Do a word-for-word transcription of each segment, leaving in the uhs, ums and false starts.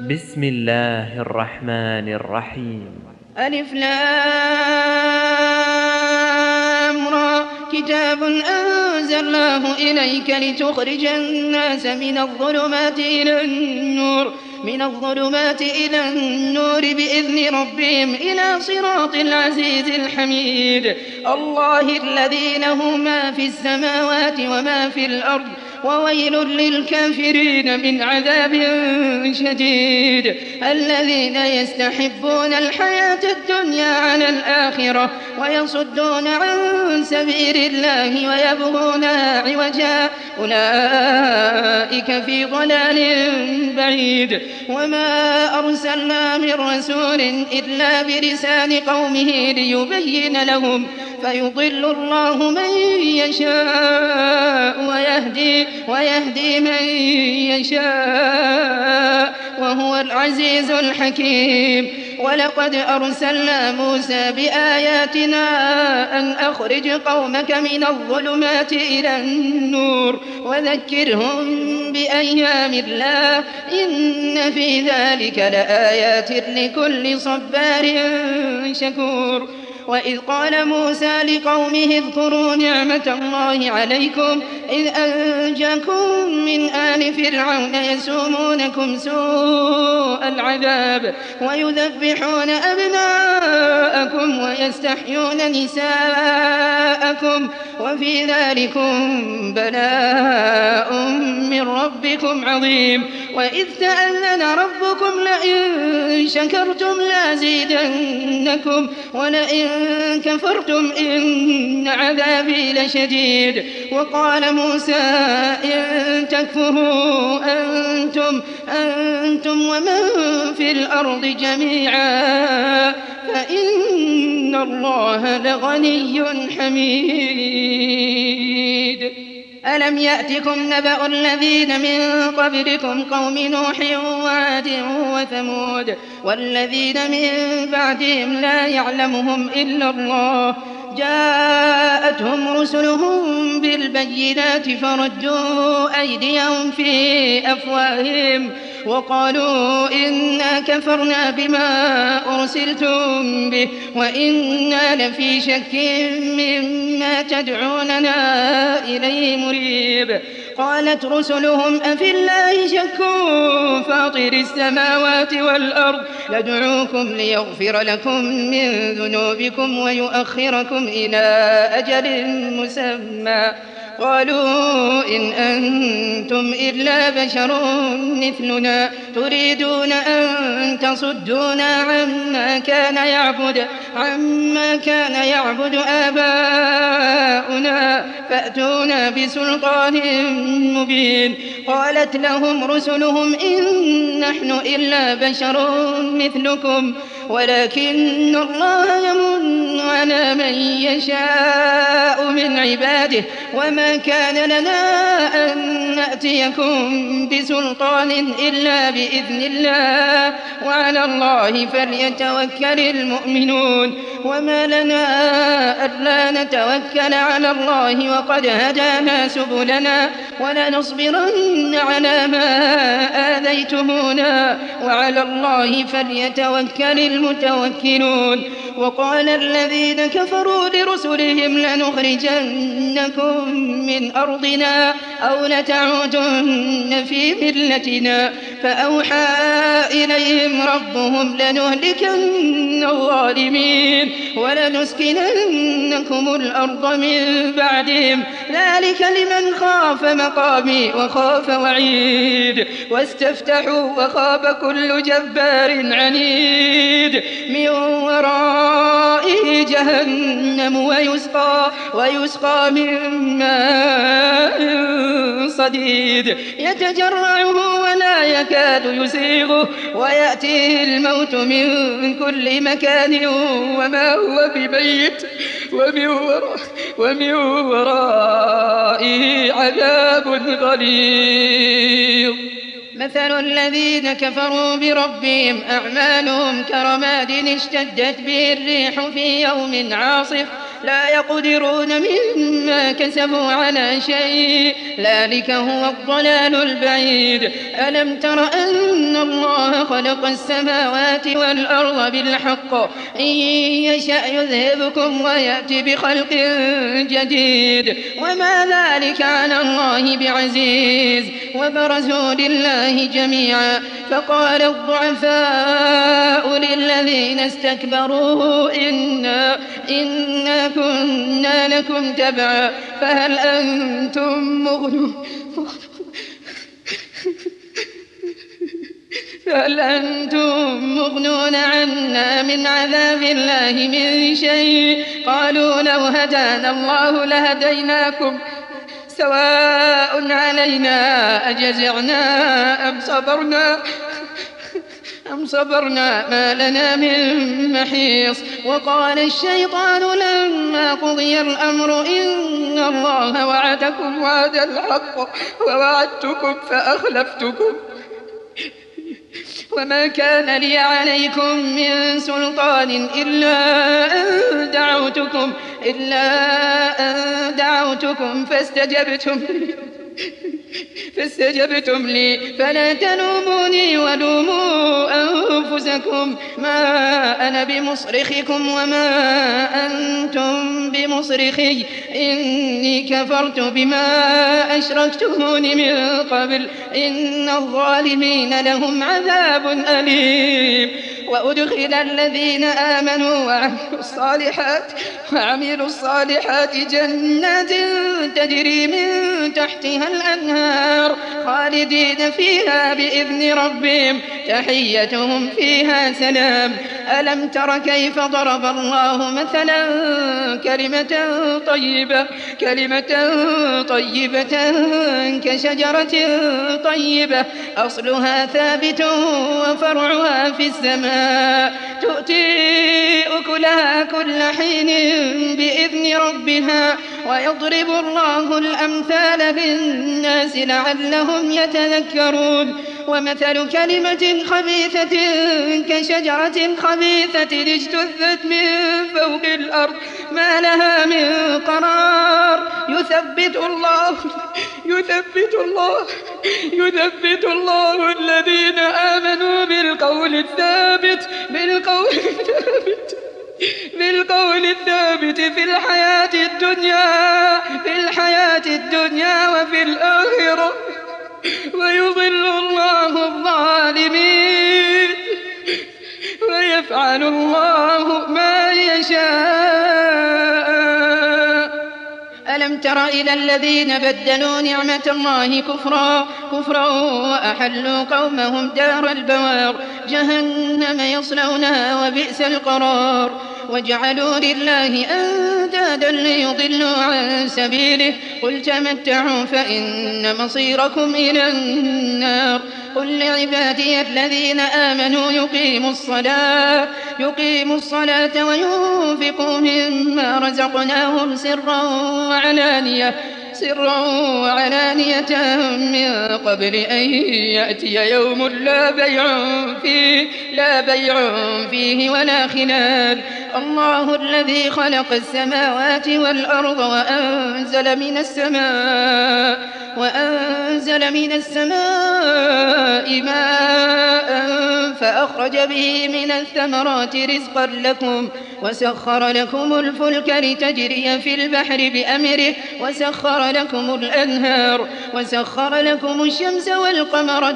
بسم الله الرحمن الرحيم. ألف لام را كتاب أنزلناه إليك لتخرج الناس من الظلمات إلى النور من الظلمات إلى النور بإذن ربهم إلى صراط العزيز الحميد الله الذي له ما في السماوات وما في الأرض وويل للكافرين من عذاب شديد الذين يستحبون الحياة الدنيا على الآخرة ويصدون عن سبيل الله ويبغونها عوجا أولئك في ضلال بعيد وما أرسلنا من رسول إلا بلسان قومه ليبين لهم فيضل الله من يشاء ويهدي, ويهدي من يشاء وهو العزيز الحكيم ولقد أرسلنا موسى بآياتنا أن أخرج قومك من الظلمات إلى النور وذكرهم بأيام الله إن في ذلك لآيات لكل صبار شكور وإذ قال موسى لقومه اذكروا نعمة الله عليكم إذ أنجاكم من آل فرعون يسومونكم سوء العذاب ويذبحون أبناءكم ويستحيون نساءكم وفي ذلكم بلاء من ربكم عظيم وإذ تأذن ربكم لئن شكرتم لأزيدنكم ولئن كفرتم إن عذابي لشديد وقال موسى إن تكفروا أنتم, أنتم ومن في الأرض جميعا فإن الله لغني حميد ألم يأتكم نبأ الذين من قبلكم قوم نوح وعاد وثمود والذين من بعدهم لا يعلمهم إلا الله جاءتهم رسلهم بالبينات فردوا أيديهم في أفواههم وقالوا إنا كفرنا بما أرسلتم به وإنا لفي شك مما تدعوننا إليه مريب قالت رسلهم أفي الله شك فاطر السماوات والأرض لدعوكم ليغفر لكم من ذنوبكم ويؤخركم إلى أجل مسمى قالوا إن أنتم إلا بشر مثلنا تريدون أن تصدونا عما كان يعبد عما كان يعبد آباؤنا فأتونا بسلطان مبين قالت لهم رسلهم إن نحن إلا بشر مثلكم ولكن الله يمن على من يشاء من عباده وما كان لنا أن نأتيكم بسلطان إلا بإذن الله وعلى الله فليتوكل المؤمنون وما لنا ألا نتوكل على الله وقد هدانا سبلنا ولنصبرن على ما آذيتمونا وعلى الله فليتوكل المتوكلون وقال الذين كفروا لرسلهم لنخرجنكم من أرضنا أو لتعودن في ملتنا فأوحى إليهم ربهم لنهلكن الظالمين ولنسكننكم الأرض من بعدهم ذلك لمن خاف مقامي وخاف وعيد واستفتحوا وخاب كل جبار عنيد من ورائه جهنم ويسقى, ويسقى من ماء صديد يتجرعه ولا يكاد يسيغه ويأتيه الموت من كل مكان وما هو بميت ومن, وراء ومن ورائه عذاب غليظ مثل الذين كفروا بربهم أعمالهم كرماد اشتدت به الريح في يوم عاصف لا يقدرون مما كسبوا على شيء، ذلك هو الضلال البعيد. ألم تر أن الله خلق السماوات والأرض بالحق، إن يشأ يذهبكم ويأتي بخلق جديد، وما ذلك على الله بعزيز. وبرزوا لله جميعا فقال الضعفاء للذين استكبروا إنا, إنا كنا لكم تبعا فهل أنتم مغنون فهل أنتم مغنون عنا من عذاب الله من شيء؟ قالوا لو هدانا الله لهديناكم سواء علينا أجزعنا أم صبرنا أم صبرنا ما لنا من محيص. وقال الشيطان لما قضي الأمر إن الله وعدكم وعد الحق ووعدتكم فأخلفتكم وما كان لي عليكم من سلطان إلا أن دعوتكم إلا أن دعوتكم فاستجبتم لي فاستجبتم لي فلا تلوموني ولوموا أنفسكم ما أنا بمصرخكم وما أنتم بمصرخي إني كفرت بما أشركتمون من قبل إن الظالمين لهم عذاب أليم. وأدخل الذين آمنوا وعملوا الصالحات وعملوا الصالحات جنات تجري من تحتها الأنهار خالدين فيها بإذن ربهم تحيتهم فيها سلام. ألم تر كيف ضرب الله مثلا كلمة طيبة كلمة طيبة كشجرة طيبة أصلها ثابت وفرعها في السماء تؤتي أكلها كل حين بإذن ربها ويضرب الله الأمثال للناس لعلهم يتذكرون. ومثل كلمة خبيثة كشجرة خبيثة اجتثت من فوق الأرض ما لها من قرار يثبت الله يثبت الله يثبت الله الذين آمنوا بالقول الثابت بالقول الثابت بالقول الثابت في الحياة الدنيا في الحياة الدنيا وفي الآخرة ويضل الله الظالمين ويفعل الله ما يشاء. ألم تر إلى الذين بدلوا نعمة الله كفرا كفرا وأحلوا قومهم دار البوار جهنم يصلونها وبئس القرار. وجعلوا لله أندادا ليضلوا عن سبيله قل تمتعوا فإن مصيركم إلى النار. قل لعبادي الذين آمنوا يقيموا الصلاة يقيموا الصلاة وينفقوا مما رزقناهم سرا وعلانية سرا وعلانية من قبل أن يأتي يوم لا بيع فيه لا بيع فيه ولا خلال. الله الذي خلق السماوات والأرض وأنزل من السماء وأنزل من السماء ماء فأخرج به من الثمرات رزقا لكم وسخر لكم الفلك لتجري في البحر بأمره وسخر لكم الأنهار وسخر لكم الشمس والقمر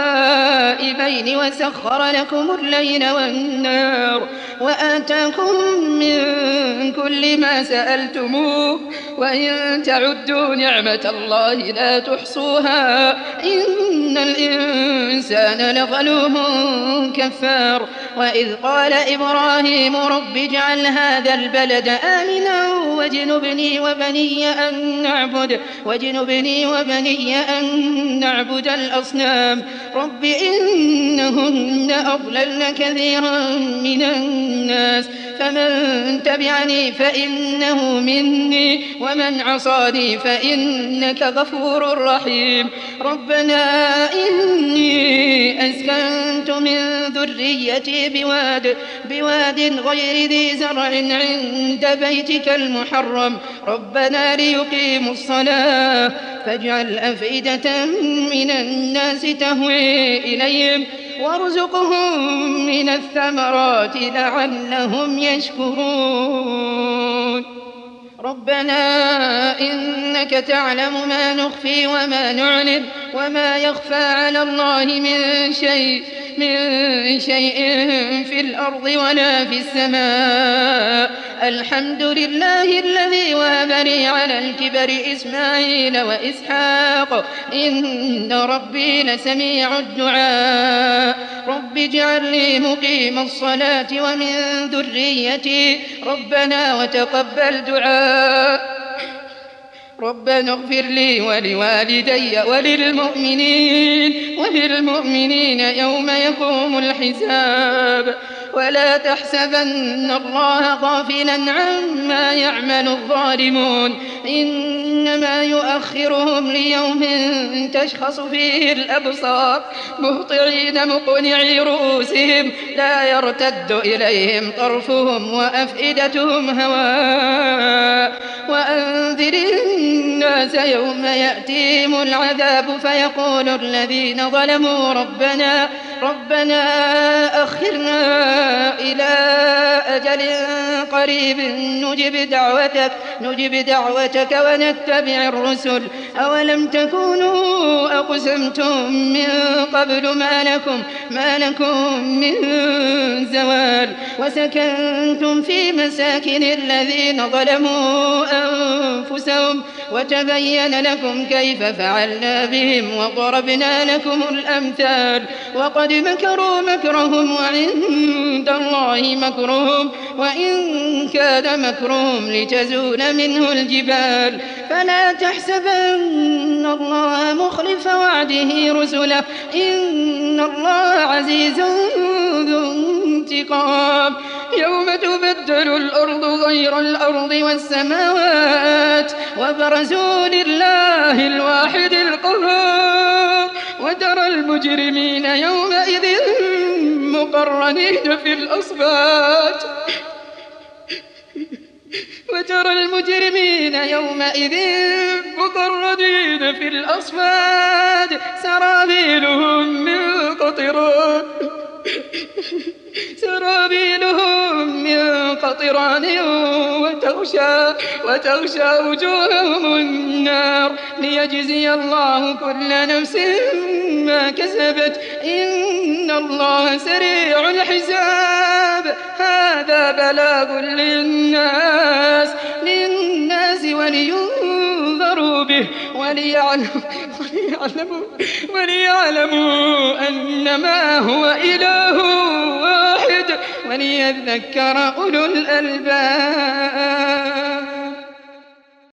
دائبين وسخر لكم الليل والنهار وآتاكم من كل ما سألتموه وإن تعدوا نعمة الله لا تحصوها إن الإنسان لظلوم كفار. وإذ قال إبراهيم رب اجعل هذا البلد آمنا واجنبني وبني أن نعبد واجنبني وبني أن نعبد الأصنام رب إنهن أضللن كثيرا من الناس فمن تبعني فإنه مني ومن عصاني فإنك غفور رحيم ربنا إني أسكنت من ذريتي بواد, بواد غير ذي زرع عند بيتك المحرم ربنا ليقيموا الصلاة فاجعل أفئدة من الناس تهوي إليهم وارزقهم من الثمرات لعلهم يشكرون ربنا إنك تعلم ما نخفي وما نعلن وما يخفى على الله من شيء من شيء في الأرض ولا في السماء الحمد لله الذي وهب لي على الكبر إسماعيل وإسحاق إن ربي لسميع الدعاء رب اجعل لي مقيم الصلاة ومن ذريتي ربنا وتقبل دعاء ربنا اغفر لي ولوالدي وللمؤمنين وللمؤمنين يوم يقوم الحساب ولا تحسبن الله غافلا عما يعمل الظالمون إنما يؤخرهم ليوم تشخص فيه الأبصار مهطعين مقنعي رؤوسهم لا يرتد إليهم طرفهم وأفئدتهم هواء وأنذر الناس يوم يأتيهم العذاب فيقول الذين ظلموا ربنا ربنا أخرنا إلى أجل قريب نجب دعوتك نجب دعوتك ونتبع الرسل أولم تكونوا أقسمتم من قبل ما لكم ما لكم من زوال وسكنتم في مساكن الذين ظلموا أنفسهم وتبين لكم كيف فعلنا بهم وضربنا لكم الأمثال وقد مكروا مكرهم وعند الله مكرهم وإن كان مكرهم لتزول منه الجبال فلا تحسبن الله مخلف وعده رسله إن الله عزيز ذو انتقام يوم تبدل الأرض غير الأرض والسماوات وبرزوا لله الواحد القهار وترى المجرمين يومئذ مقرنين في الأصفاد وترى المجرمين يومئذ مقرنين في الأصفاد سرابيلهم من قطران سرابيلهم من قطران وتغشى, وتغشى وجوههم النار ليجزي الله كل نفس ما كسبت إن الله سريع الحساب هذا بلاغ للناس للناس ولينذروا به وليعلموا, وليعلموا, وليعلموا أنما هو إله واحد وليذكر أولو الألباب.